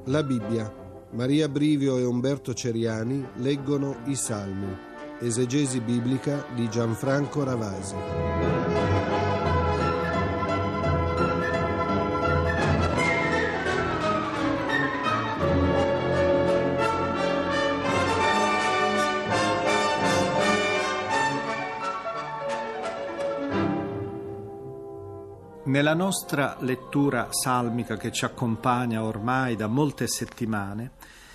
La Bibbia. Maria Brivio e Umberto Ceriani leggono i Salmi. Esegesi biblica di Gianfranco Ravasi. Nella nostra lettura salmica che ci accompagna ormai da molte settimane,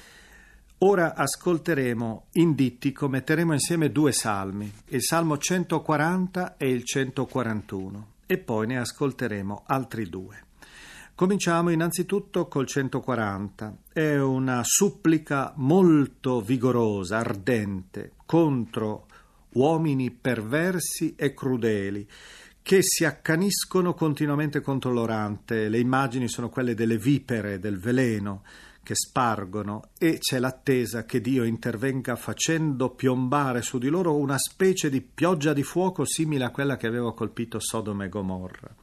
ora ascolteremo in dittico, metteremo insieme due salmi, il Salmo 140 e il 141, e poi ne ascolteremo altri due. Cominciamo innanzitutto col 140. È una supplica molto vigorosa, ardente, contro uomini perversi e crudeli, che si accaniscono continuamente contro l'orante. Le immagini sono quelle delle vipere, del veleno che spargono, e c'è l'attesa che Dio intervenga facendo piombare su di loro una specie di pioggia di fuoco simile a quella che aveva colpito Sodoma e Gomorra.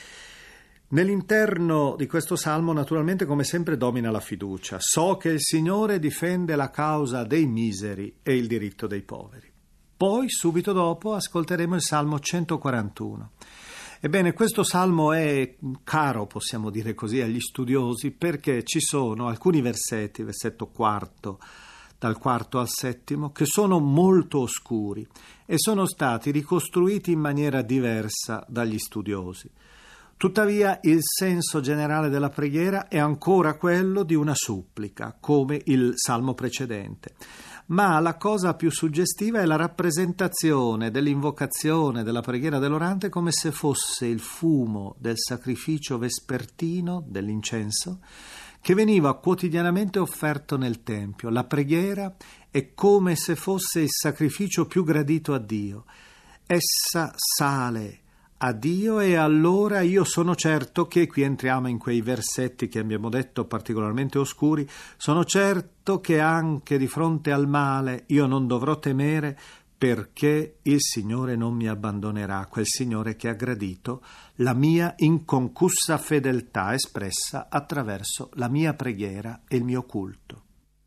Nell'interno di questo salmo, naturalmente, come sempre, domina la fiducia. So che il Signore difende la causa dei miseri e il diritto dei poveri. Poi, subito dopo, ascolteremo il Salmo 141. Ebbene, questo salmo è caro, possiamo dire così, agli studiosi, perché ci sono alcuni versetti, versetto quarto, dal quarto al settimo, che sono molto oscuri e sono stati ricostruiti in maniera diversa dagli studiosi. Tuttavia, il senso generale della preghiera è ancora quello di una supplica, come il salmo precedente. Ma la cosa più suggestiva è la rappresentazione dell'invocazione della preghiera dell'orante come se fosse il fumo del sacrificio vespertino dell'incenso che veniva quotidianamente offerto nel Tempio. La preghiera è come se fosse il sacrificio più gradito a Dio. Essa sale a Dio, e allora io sono certo che, qui entriamo in quei versetti che abbiamo detto particolarmente oscuri, sono certo che anche di fronte al male io non dovrò temere, perché il Signore non mi abbandonerà, quel Signore che ha gradito la mia inconcussa fedeltà espressa attraverso la mia preghiera e il mio culto.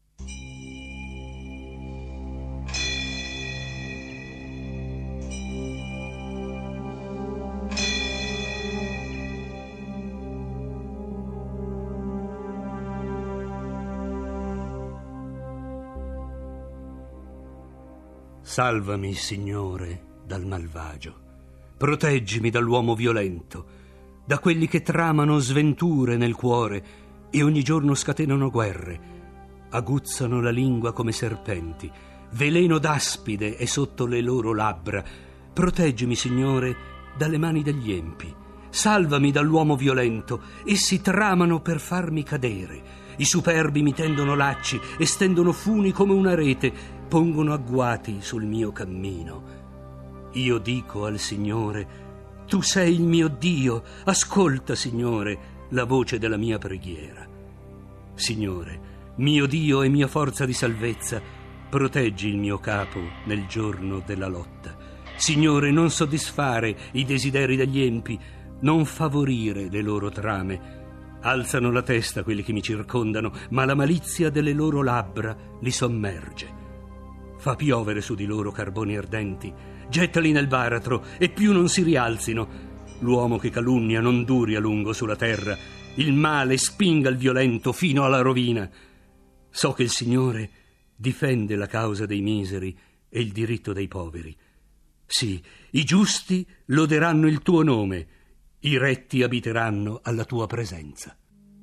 Salvami, Signore, dal malvagio. Proteggimi dall'uomo violento, da quelli che tramano sventure nel cuore e ogni giorno scatenano guerre. Aguzzano la lingua come serpenti, veleno d'aspide è sotto le loro labbra. Proteggimi, Signore, dalle mani degli empi. Salvami dall'uomo violento, essi tramano per farmi cadere. I superbi mi tendono lacci e stendono funi come una rete, pongono agguati sul mio cammino. Io dico al Signore: tu sei il mio Dio, ascolta, Signore, la voce della mia preghiera. Signore, mio Dio e mia forza di salvezza, proteggi il mio capo nel giorno della lotta. Signore, non soddisfare i desideri degli empi, non favorire le loro trame. Alzano la testa quelli che mi circondano, ma la malizia delle loro labbra li sommerge. Fa piovere su di loro carboni ardenti, gettali nel baratro e più non si rialzino. L'uomo che calunnia non duri a lungo sulla terra, il male spinga il violento fino alla rovina. So che il Signore difende la causa dei miseri e il diritto dei poveri. Sì, i giusti loderanno il tuo nome, i retti abiteranno alla tua presenza.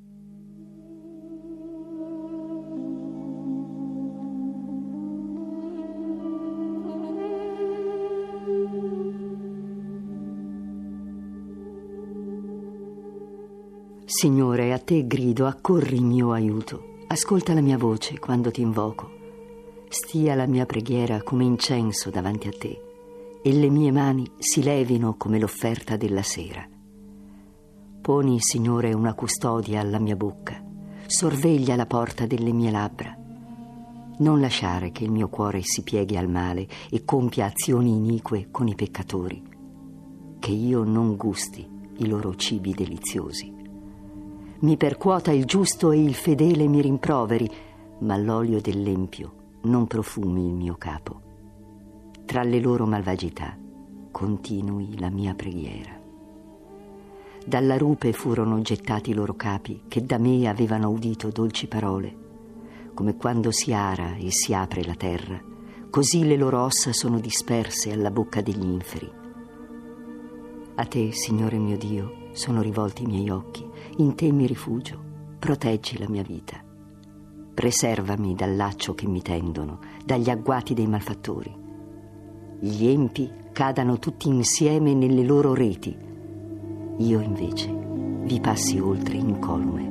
Signore, a te grido, accorri in mio aiuto. Ascolta la mia voce quando ti invoco. Stia la mia preghiera come incenso davanti a te, e le mie mani si levino come l'offerta della sera. Poni, Signore, una custodia alla mia bocca, sorveglia la porta delle mie labbra. Non lasciare che il mio cuore si pieghi al male e compia azioni inique con i peccatori, che io non gusti i loro cibi deliziosi. mi percuota il giusto e il fedele mi rimproveri, ma l'olio dell'empio non profumi il mio capo. Tra le loro malvagità continui la mia preghiera. Dalla rupe furono gettati i loro capi, che da me avevano udito dolci parole. Come quando si ara e si apre la terra, così le loro ossa sono disperse alla bocca degli inferi. A te, Signore mio Dio, sono rivolti i miei occhi, in te mi rifugio, proteggi la mia vita. Preservami dal laccio che mi tendono, dagli agguati dei malfattori. Gli empi cadano tutti insieme nelle loro reti. Io invece vi passi oltre incolume.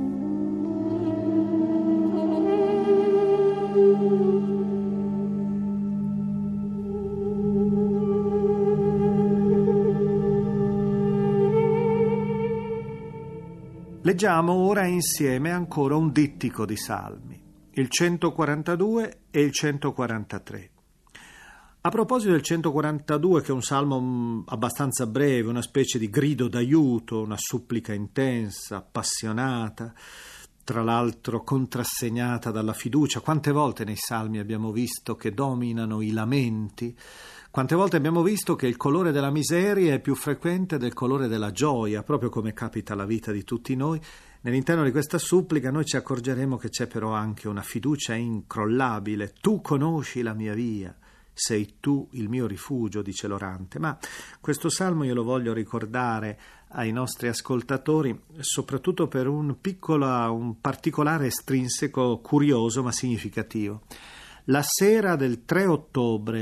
Leggiamo ora insieme ancora un dittico di salmi, il 142 e il 143. A proposito del 142, che è un salmo abbastanza breve, una specie di grido d'aiuto, una supplica intensa, appassionata, tra l'altro contrassegnata dalla fiducia. Quante volte nei salmi abbiamo visto che dominano i lamenti? Quante volte abbiamo visto che il colore della miseria è più frequente del colore della gioia, proprio come capita alla vita di tutti noi. Nell'interno di questa supplica noi ci accorgeremo che c'è però anche una fiducia incrollabile. Tu conosci la mia via, sei tu il mio rifugio, dice l'orante. Ma questo salmo io lo voglio ricordare ai nostri ascoltatori soprattutto per un particolare estrinseco curioso ma significativo. La sera del 3 ottobre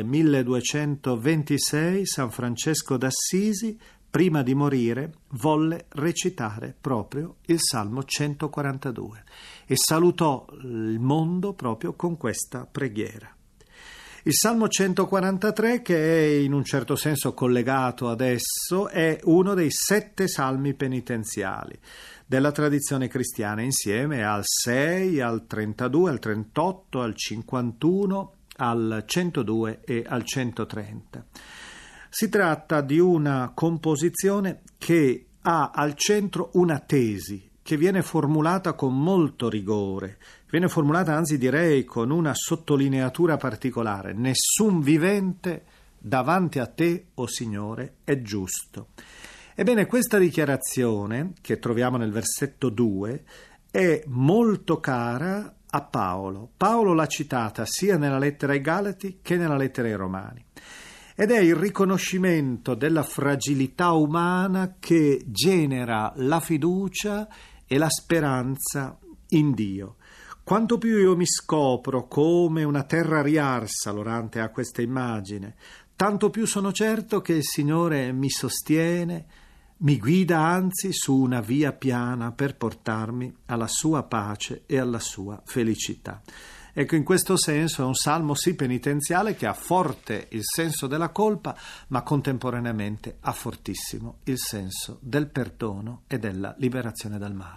1226 San Francesco d'Assisi, prima di morire, volle recitare proprio il Salmo 142 e salutò il mondo proprio con questa preghiera. Il Salmo 143, che è in un certo senso collegato ad esso, è uno dei 7 salmi penitenziali della tradizione cristiana, insieme al 6, al 32, al 38, al 51, al 102 e al 130. Si tratta di una composizione che ha al centro una tesi che viene formulata con molto rigore, viene formulata anzi direi con una sottolineatura particolare: nessun vivente davanti a te, o Signore, è giusto. Ebbene, questa dichiarazione, che troviamo nel versetto 2, è molto cara a Paolo. Paolo l'ha citata sia nella lettera ai Galati che nella lettera ai Romani. Ed è il riconoscimento della fragilità umana che genera la fiducia e la speranza in Dio. Quanto più io mi scopro come una terra riarsa, l'orante ha questa immagine, tanto più sono certo che il Signore mi sostiene, mi guida anzi su una via piana per portarmi alla sua pace e alla sua felicità. Ecco, in questo senso è un salmo sì penitenziale che ha forte il senso della colpa, ma contemporaneamente ha fortissimo il senso del perdono e della liberazione dal male.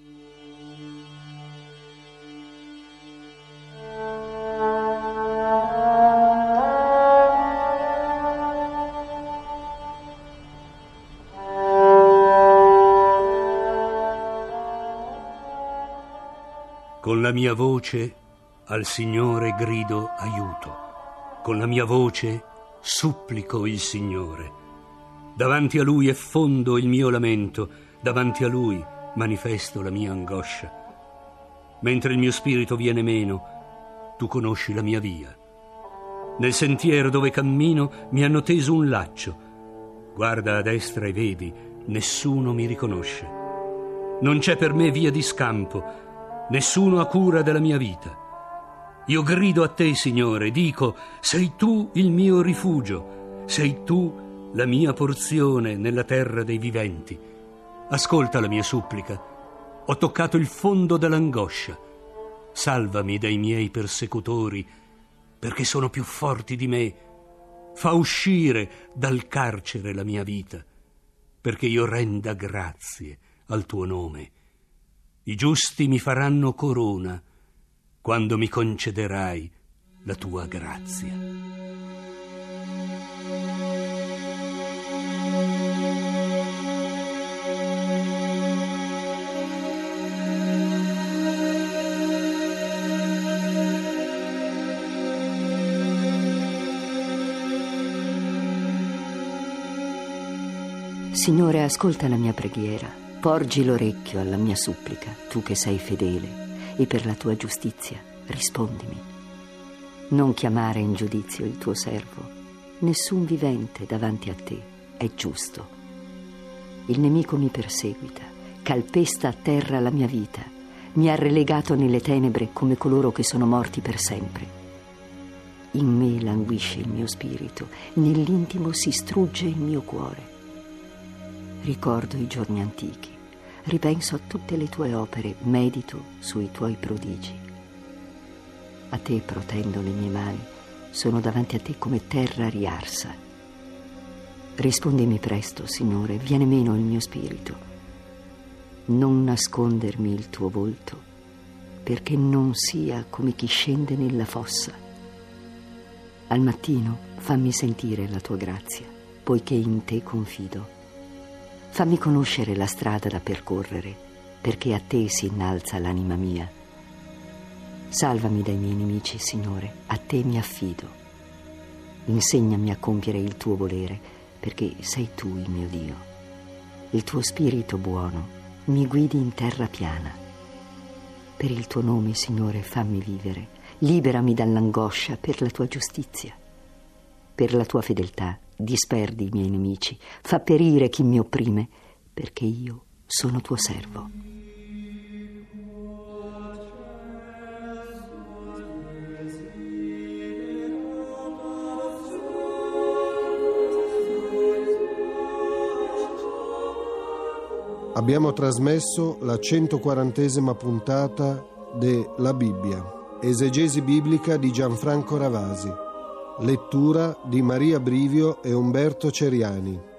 Con la mia voce al Signore grido aiuto, con la mia voce supplico il Signore. Davanti a Lui effondo il mio lamento, davanti a Lui manifesto la mia angoscia. Mentre il mio spirito viene meno, tu conosci la mia via. Nel sentiero dove cammino mi hanno teso un laccio. Guarda a destra e vedi, nessuno mi riconosce. Non c'è per me via di scampo, nessuno ha cura della mia vita. Io grido a te, Signore, dico: sei tu il mio rifugio, sei tu la mia porzione nella terra dei viventi. Ascolta la mia supplica. Ho toccato il fondo dell'angoscia. Salvami dai miei persecutori, perché sono più forti di me. Fa uscire dal carcere la mia vita, perché io renda grazie al tuo nome. I giusti mi faranno corona quando mi concederai la tua grazia. Signore, ascolta la mia preghiera, porgi l'orecchio alla mia supplica, tu che sei fedele, e per la tua giustizia rispondimi. Non chiamare in giudizio il tuo servo, nessun vivente davanti a te è giusto. Il nemico mi perseguita, calpesta a terra la mia vita, mi ha relegato nelle tenebre come coloro che sono morti per sempre. In me languisce il mio spirito, nell'intimo si strugge il mio cuore. Ricordo i giorni antichi, ripenso a tutte le tue opere, medito sui tuoi prodigi. A te protendo le mie mani, sono davanti a te come terra riarsa. Rispondimi presto, Signore, viene meno il mio spirito. Non nascondermi il tuo volto, perché non sia come chi scende nella fossa. Al mattino fammi sentire la tua grazia, poiché in te confido. Fammi conoscere la strada da percorrere, perché a te si innalza l'anima mia. Salvami dai miei nemici, Signore, a te mi affido. Insegnami a compiere il tuo volere, perché sei tu il mio Dio. Il tuo spirito buono mi guidi in terra piana. Per il tuo nome, Signore, fammi vivere. Liberami dall'angoscia per la tua giustizia. Per la tua fedeltà disperdi i miei nemici, fa perire chi mi opprime, perché io sono tuo servo. Abbiamo trasmesso la 140esima puntata de La Bibbia, esegesi biblica di Gianfranco Ravasi, lettura di Maria Brivio e Umberto Ceriani.